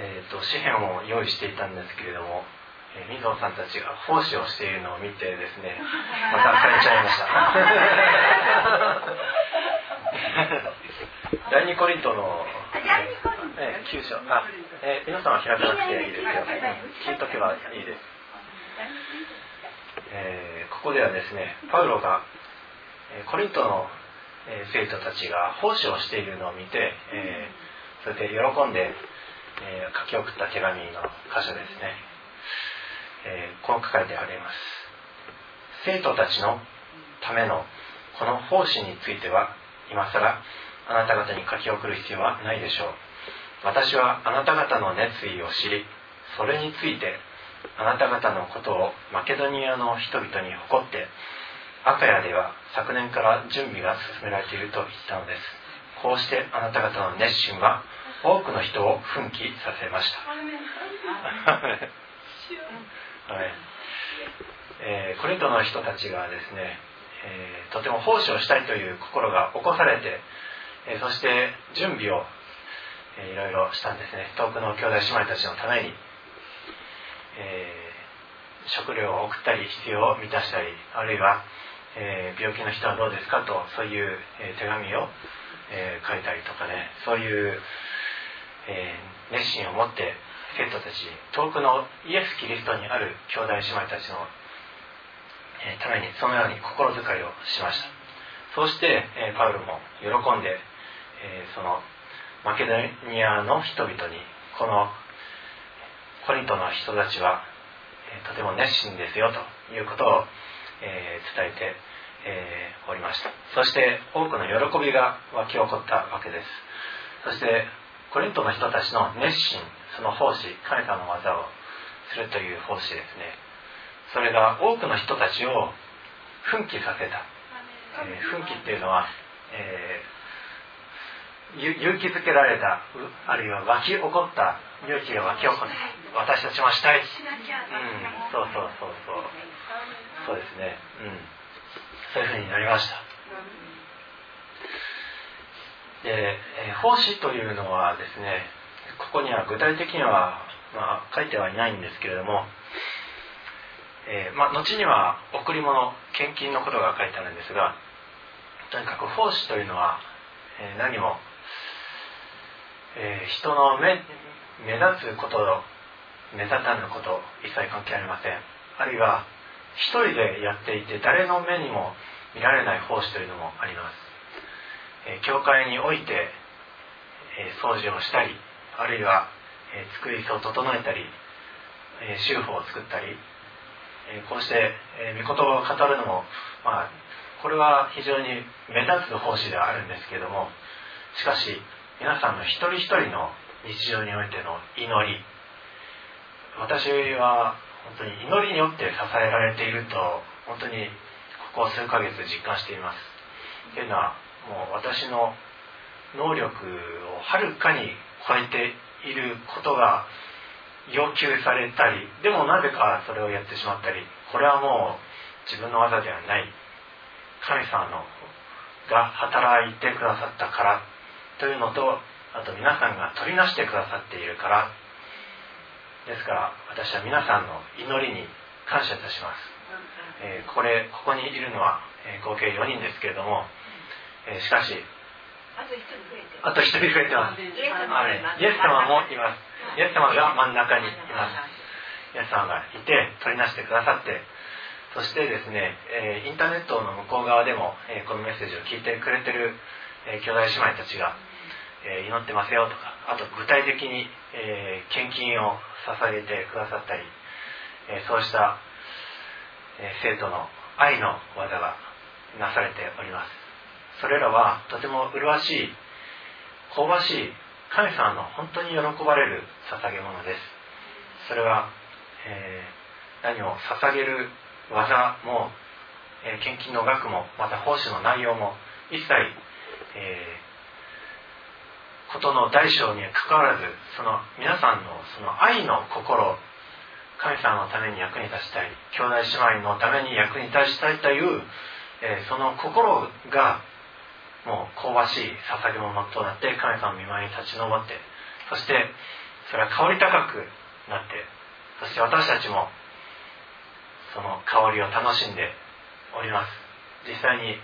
紙幣を用意していたんですけれども、水野さんたちが奉仕をしているのを見てですね、また枯れちゃいました第二コリントの9章、皆さんは開かなくていいですよ、聞いとけばいいです。ここではですね、パウロがコリントの生徒たちが奉仕をしているのを見て、それで喜んで書き送った手紙の箇所ですね。こう書かれてあります。生徒たちのためのこの奉仕については今更あなた方に書き送る必要はないでしょう。私はあなた方の熱意を知り、それについてあなた方のことをマケドニアの人々に誇って、アカヤでは昨年から準備が進められていると言ったのです。こうしてあなた方の熱心は多くの人を奮起させました。コリントの人たちがですね、とても奉仕をしたいという心が起こされて、そして準備をいろいろしたんですね。遠くの兄弟姉妹たちのために、食料を送ったり、必要を満たしたり、あるいは、病気の人はどうですかと、そういう、手紙を、書いたりとかね、そういう、熱心を持って生徒たち、遠くのイエス・キリストにある兄弟姉妹たちの、ためにそのように心遣いをしました。そうして、パウロも喜んで、そのマケドニアの人々に、このコリントの人たちは、とても熱心ですよということを、伝えて、おりました。そして多くの喜びが湧き起こったわけです。そしてコリントの人たちの熱心、その奉仕、神様の技をするという奉仕ですね。それが多くの人たちを奮起させた。奮起っていうのは、勇気づけられた、あるいは湧き起こった、勇気が湧き起こった、私たちもしたい、そうですね、そういうふうになりました。で、奉仕というのはですね、ここには具体的には、書いてはいないんですけれども、後には贈り物、献金のことが書いてあるんですが、とにかく奉仕というのは、何も、人の目立つこと、目立たぬこと、一切関係ありません。あるいは一人でやっていて誰の目にも見られない奉仕というのもあります。教会において、掃除をしたり、あるいは、作り椅子を整えたり、修法を作ったり、こうして、御言葉を語るのも、これは非常に目立つ奉仕ではあるんですけれども、しかし皆さんの一人一人の日常においての祈り、私は本当に祈りによって支えられていると本当にここ数ヶ月実感しています。というのはもう私の能力をはるかに超えていることが要求されたり、でもなぜかそれをやってしまったり、これはもう自分の技ではない、神様のが働いてくださったからというのと、あと皆さんが取りなしてくださっているからですから、私は皆さんの祈りに感謝いたします。ここにいるのは、合計4人ですけれども、しかしあと1人増えてます。イエス様もいます。イエス様が真ん中にいます。イエス様がいて取りなしてくださって、そしてですね、インターネットの向こう側でも、このメッセージを聞いてくれてる、兄弟姉妹たちが、祈ってますよとか、あと具体的に、献金を捧げてくださったり、そうした、生徒の愛の技がなされております。それらはとても麗しい、香ばしい、神様の本当に喜ばれる捧げ物です。それは、何も捧げる技も、献金の額も、また奉仕の内容も一切、ことの大小にかかわらず、その皆さんのその愛の心、神様のために役に立ちたい、兄弟姉妹のために役に立ちたいという、その心がもう香ばしい捧げ物となって神様の御前に立ち上って、そしてそれは香り高くなって、そして私たちもその香りを楽しんでおります。実際に、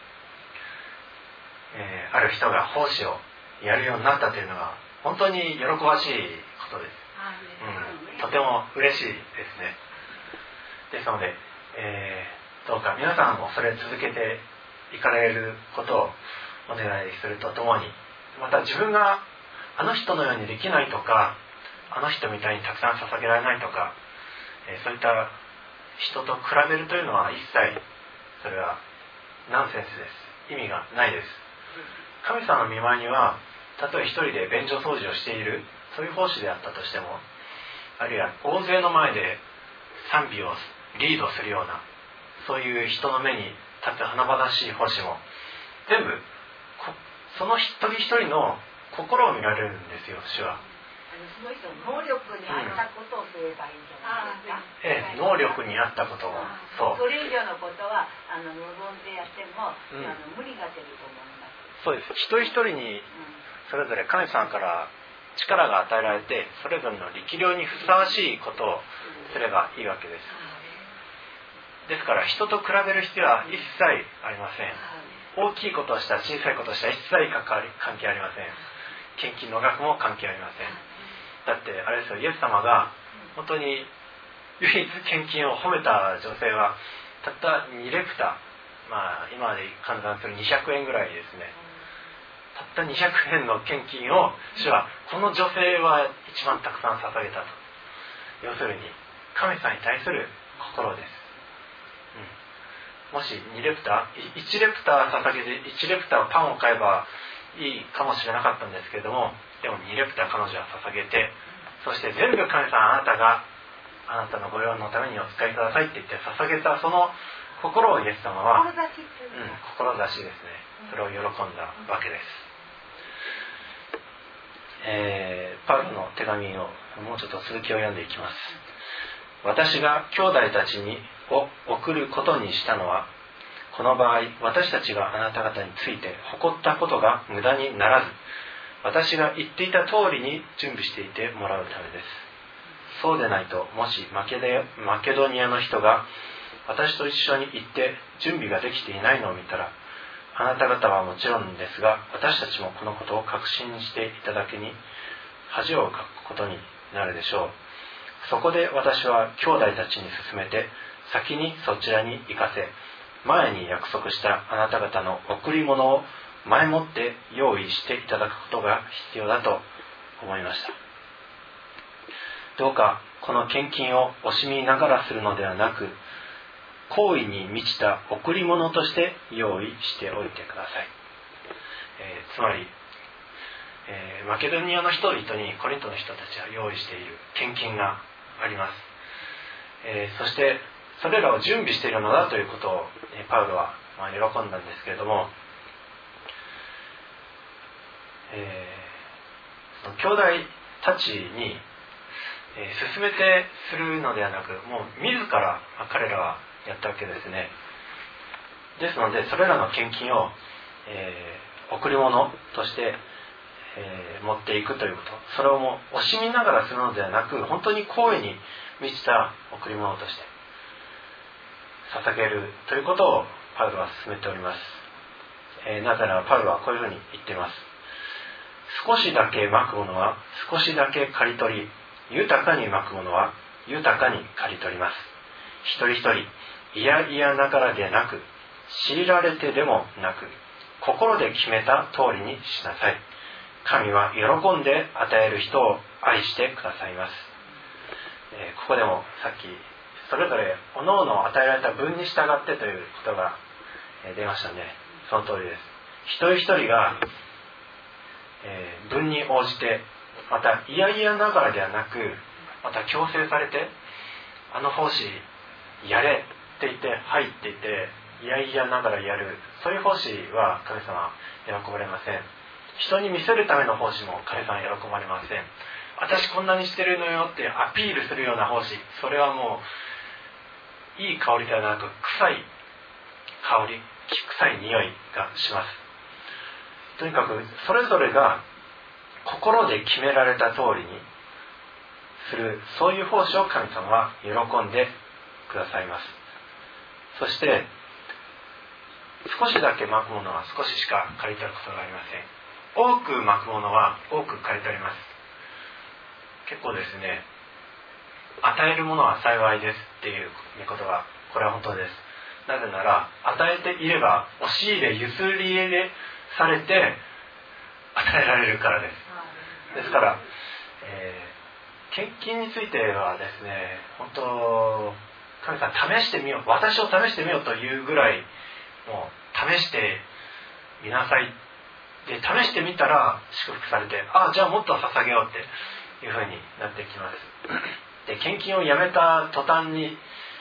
ある人が奉仕をやるようになったというのは本当に喜ばしいことです。とても嬉しいですね。ですので、どうか皆さんもそれを続けていかれることをお願いするとともに、また自分があの人のようにできないとか、あの人みたいにたくさん捧げられないとか、そういった人と比べるというのは一切それはナンセンスです。意味がないです。神様の御前には、たとえ一人で便所掃除をしている、そういう奉仕であったとしても、あるいは大勢の前で賛美をリードするような、そういう人の目に立つ華々しい奉仕も全部その一人一人の心を見られるんですよ、主は。 その人の能力に合ったことをすればいいんじゃないですか。 能力に合ったことを、 それ以上のことは望んでやっても、無理が出ると思います。 そうです。一人一人にそれぞれ神様から力が与えられて、それぞれの力量にふさわしいことをすればいいわけです。ですから人と比べる必要は一切ありません。大きいことをした小さいことをした一切関係ありません。献金の額も関係ありません。だってあれですよ、イエス様が本当に唯一献金を褒めた女性はたった2レプタ、今で換算する200円ぐらいですね。たった200円の献金を主はこの女性は一番たくさん捧げたと。要するに神様に対する心です。もし2レプター1レプター捧げて1レプターパンを買えばいいかもしれなかったんですけれども、でも2レプター彼女は捧げて、そして全部神様、あなたがあなたのご用のためにお使いくださいって言って捧げたその心をイエス様は志ですね、それを喜んだわけです。パウロの手紙をもうちょっと続きを読んでいきます。私が兄弟たちを送ることにしたのは、この場合私たちがあなた方について誇ったことが無駄にならず、私が言っていた通りに準備していてもらうためです。そうでないと、もしマケドニアの人が私と一緒に行って準備ができていないのを見たら、あなた方はもちろんですが、私たちもこのことを確信していただけに恥をかくことになるでしょう。そこで私は兄弟たちに勧めて、先にそちらに行かせ、前に約束したあなた方の贈り物を前もって用意していただくことが必要だと思いました。どうかこの献金を惜しみながらするのではなく、好意に満ちた贈り物として用意しておいてください。つまり、マケドニアの人々にコリントの人たちは用意している献金があります。そしてそれらを準備しているのだということをパウロは喜んだんですけれども、兄弟たちに勧めてするのではなく、もう自ら彼らはやったわけですね。ですのでそれらの献金を、贈り物として、持っていくということ、それをもう惜しみながらするのではなく、本当に好意に満ちた贈り物として捧げるということをパウロは進めております。なぜならパウロはこういうふうに言っています。少しだけまくものは少しだけ刈り取り、豊かにまくものは豊かに刈り取ります。一人一人嫌々ながらでなく、強いられてでもなく、心で決めた通りにしなさい。神は喜んで与える人を愛してくださいます。ここでもさっきそれぞれ各々与えられた分に従ってということが出ましたね。その通りです。一人一人が分に応じて、また嫌々ながらではなく、また強制されて、あの奉仕やれって言って、はいって言って嫌々ながらやる、そういう奉仕は神様喜ばれません。人に見せるための奉仕も神様喜ばれません。私こんなにしてるのよってアピールするような奉仕、それはもういい香りではなく臭い香り、臭い匂いがします。とにかくそれぞれが心で決められた通りに、 する、そういう奉仕を神様は喜んでくださいます。そして少しだけまくものは少ししか刈り取ることがありません。多くまくものは多く刈り取ります。結構ですね、与えるものは幸いですっていう御言葉、これは本当です。なぜなら与えていれば押し入れ譲り入れされて与えられるからです。ですから、献金についてはですね、本当神様試してみよう、私を試してみようというぐらい、もう試してみなさいで、試してみたら祝福されて、じゃあもっと捧げようっていう風になってきます。で、献金をやめた途端に、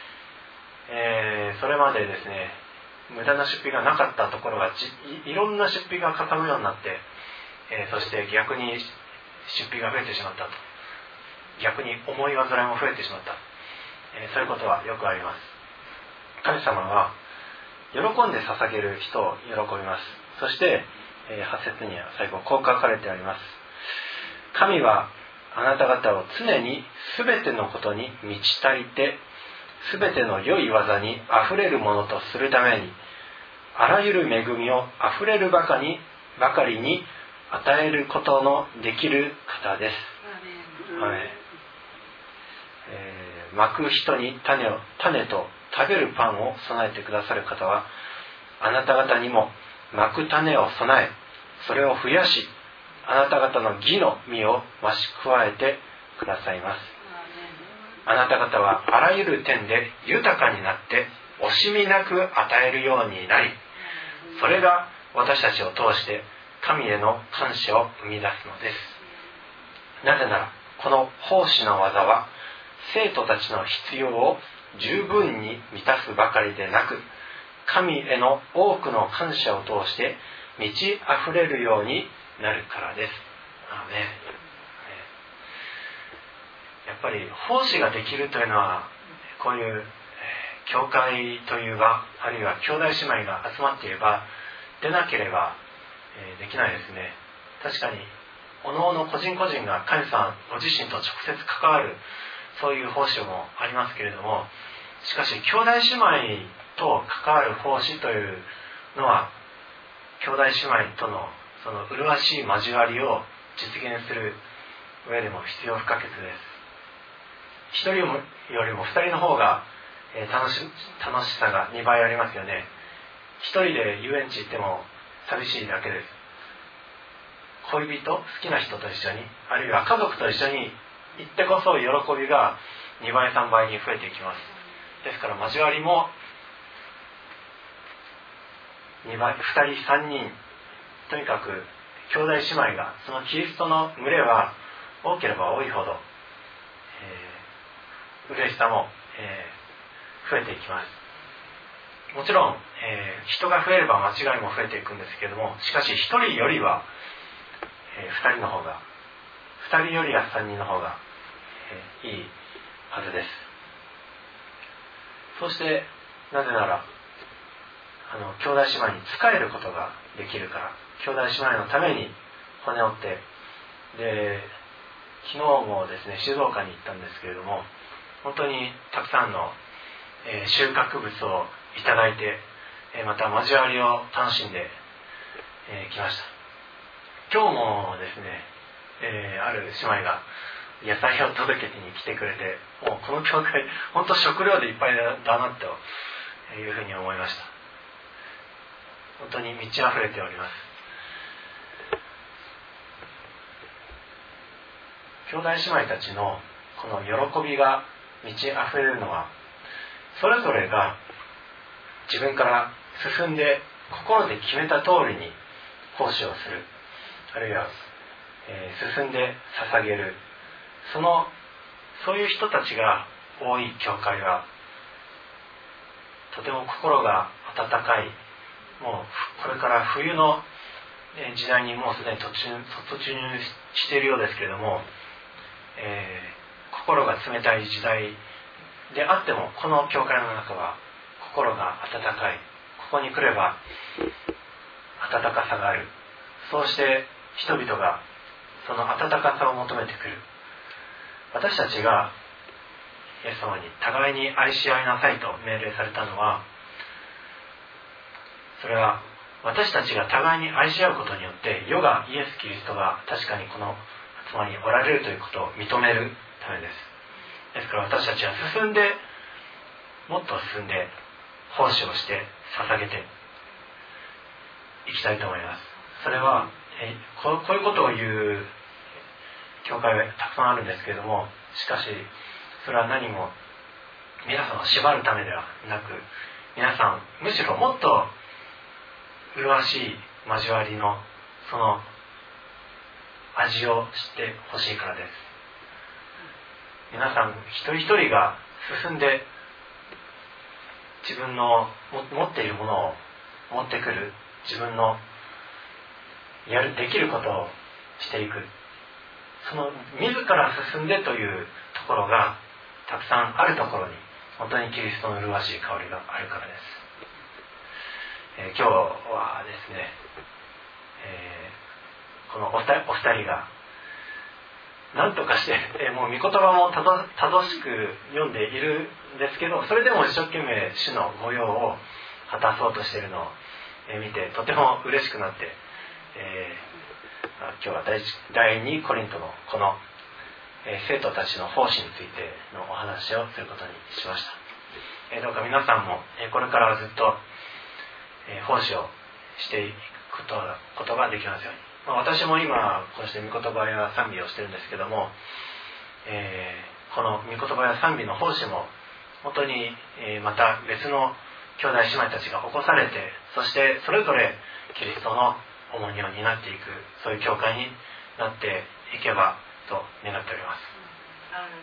それまでですね、無駄な出費がなかったところが いろんな出費がかかるようになって、そして逆に出費が増えてしまったと、逆に重い煩いも増えてしまった、そういうことはよくあります。神様は喜んで捧げる人を喜びます。そして、8節には最後こう書かれてあります。神はあなた方を常に全てのことに満ち足りて、全ての良い技にあふれるものとするために、あらゆる恵みをあふれるばかりに与えることのできる方です。まく人に種と食べるパンを備えてくださる方は、あなた方にもまく種を備え、それを増やし、あなた方の義の実を増し加えてくださいます。あなた方はあらゆる点で豊かになって惜しみなく与えるようになり、それが私たちを通して神への感謝を生み出すのです。なぜならこの奉仕の技は生徒たちの必要を十分に満たすばかりでなく、神への多くの感謝を通して満ち溢れるようになるからです。アーメン。やっぱり奉仕ができるというのは、こういう教会という場、あるいは兄弟姉妹が集まっていればでなければできないですね。確かにおのおの個人個人が神様ご自身と直接関わる、そういう奉仕もありますけれども、しかし兄弟姉妹と関わる奉仕というのは、兄弟姉妹とのその麗しい交わりを実現する上でも必要不可欠です。一人よりも二人の方が楽しさが2倍ありますよね。一人で遊園地行っても寂しいだけです。恋人、好きな人と一緒に、あるいは家族と一緒に行ってこそ喜びが2倍3倍に増えていきます。ですから交わりも2倍、2人3人、とにかく兄弟姉妹が、そのキリストの群れは多ければ多いほど、嬉しさも、増えていきます。もちろん、人が増えれば間違いも増えていくんですけれども、しかし1人よりは、2人の方が、2人よりは3人の方が、いいはずです。そしてなぜなら兄弟姉妹に仕えることができるから、兄弟姉妹のために骨折って、で昨日もですね静岡に行ったんですけれども、本当にたくさんの、収穫物をいただいて、また交わりを楽しんできました。今日もですね、ある姉妹が野菜を届けに来てくれて、もうこの教会本当食料でいっぱいだなというふうに思いました。本当に満ち溢れております。兄弟姉妹たちのこの喜びが満ち溢れるのは、それぞれが自分から進んで心で決めた通りに奉仕をする、あるいは、進んで捧げる、そういう人たちが多い教会はとても心が温かい、もうこれから冬の時代にもうすでに突入しているようですけれども、心が冷たい時代であっても、この教会の中は心が温かい。ここに来れば温かさがある。そうして人々がその温かさを求めてくる。 私たちがイエス様に互いに愛し合いなさいと命令されたのは、それは私たちが互いに愛し合うことによって世がイエス・キリストが確かにこの集まりにおられるということを認めるためです。ですから私たちはもっと進んで奉仕をして捧げていきたいと思います。それはこういうことを言う教会はたくさんあるんですけれども、しかしそれは何も皆さんを縛るためではなく、皆さんむしろもっと麗しい交わりのその味を知ってほしいからです。皆さん一人一人が進んで自分の持っているものを持ってくる、自分のできることをしていく、その自ら進んでというところがたくさんあるところに本当にキリストの麗しい香りがあるからです。今日はですね、このお二人が何とかして、もう御言葉も正しく読んでいるんですけど、それでも一生懸命主の御用を果たそうとしているのを見てとても嬉しくなって、今日は第2コリントのこの生徒たちの奉仕についてのお話をすることにしました。どうか皆さんもこれからずっと奉仕をしていくことができますように。私も今こうして御言葉や賛美をしてるんですけども、この御言葉や賛美の奉仕も本当にまた別の兄弟姉妹たちが起こされて、そしてそれぞれキリストの重荷を担っていく、そういう教会になっていけばと願っております。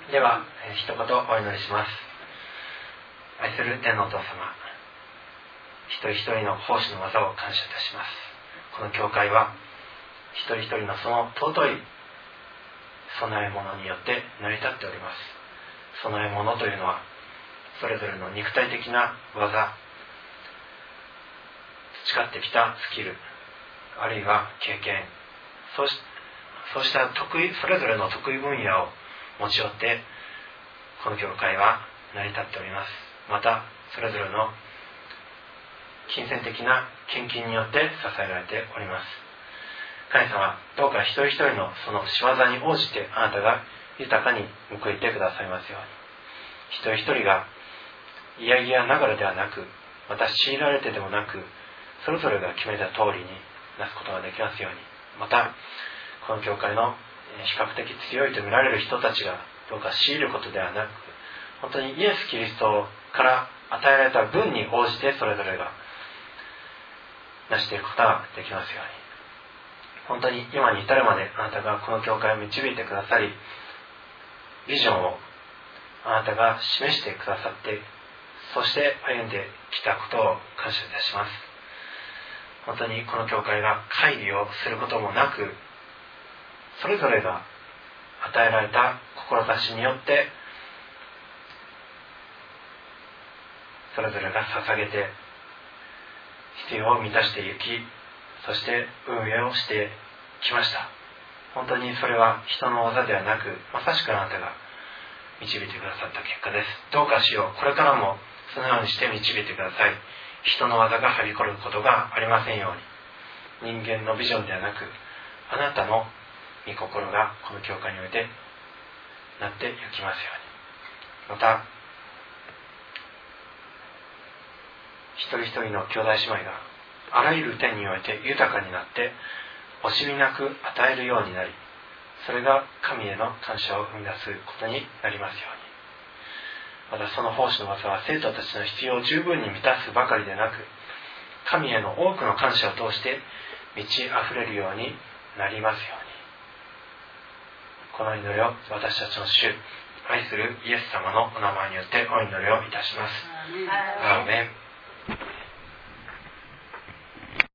では一言お祈りします。愛する天のお父様、一人一人の奉仕の技を感謝いたします。この教会は一人一人のその尊い備え物によって成り立っております。備え物というのはそれぞれの肉体的な技、培ってきたスキル、あるいは経験、そうしたそれぞれの得意分野を持ち寄ってこの教会は成り立っております。またそれぞれの金銭的な献金によって支えられております。神様、どうか一人一人のその仕業に応じてあなたが豊かに報いてくださいますように。一人一人がいやいやながらではなく、また強いられてでもなく、それぞれが決めた通りになすことができますように。またこの教会の比較的強いと見られる人たちがどうか強いることではなく、本当にイエス・キリストから与えられた分に応じてそれぞれが成していくことができますように。本当に今に至るまであなたがこの教会を導いてくださり、ビジョンをあなたが示してくださって、そして歩んできたことを感謝いたします。本当にこの教会が会議をすることもなく、それぞれが与えられた志によってそれぞれが捧げて必要を満たしていき、そして運営をしてきました。本当にそれは人の技ではなく、まさしくあなたが導いてくださった結果です。どうかしよう、これからもそのようにして導いてください。人の技がはびこることがありませんように。人間のビジョンではなく、あなたの御心がこの教会においてなっていきますように。また一人一人の兄弟姉妹があらゆる点において豊かになって惜しみなく与えるようになり、それが神への感謝を生み出すことになりますように。またその奉仕の技は生徒たちの必要を十分に満たすばかりでなく、神への多くの感謝を通して満ち溢れるようになりますように。この祈りを私たちの主、愛するイエス様のお名前によってお祈りをいたします。アーメン。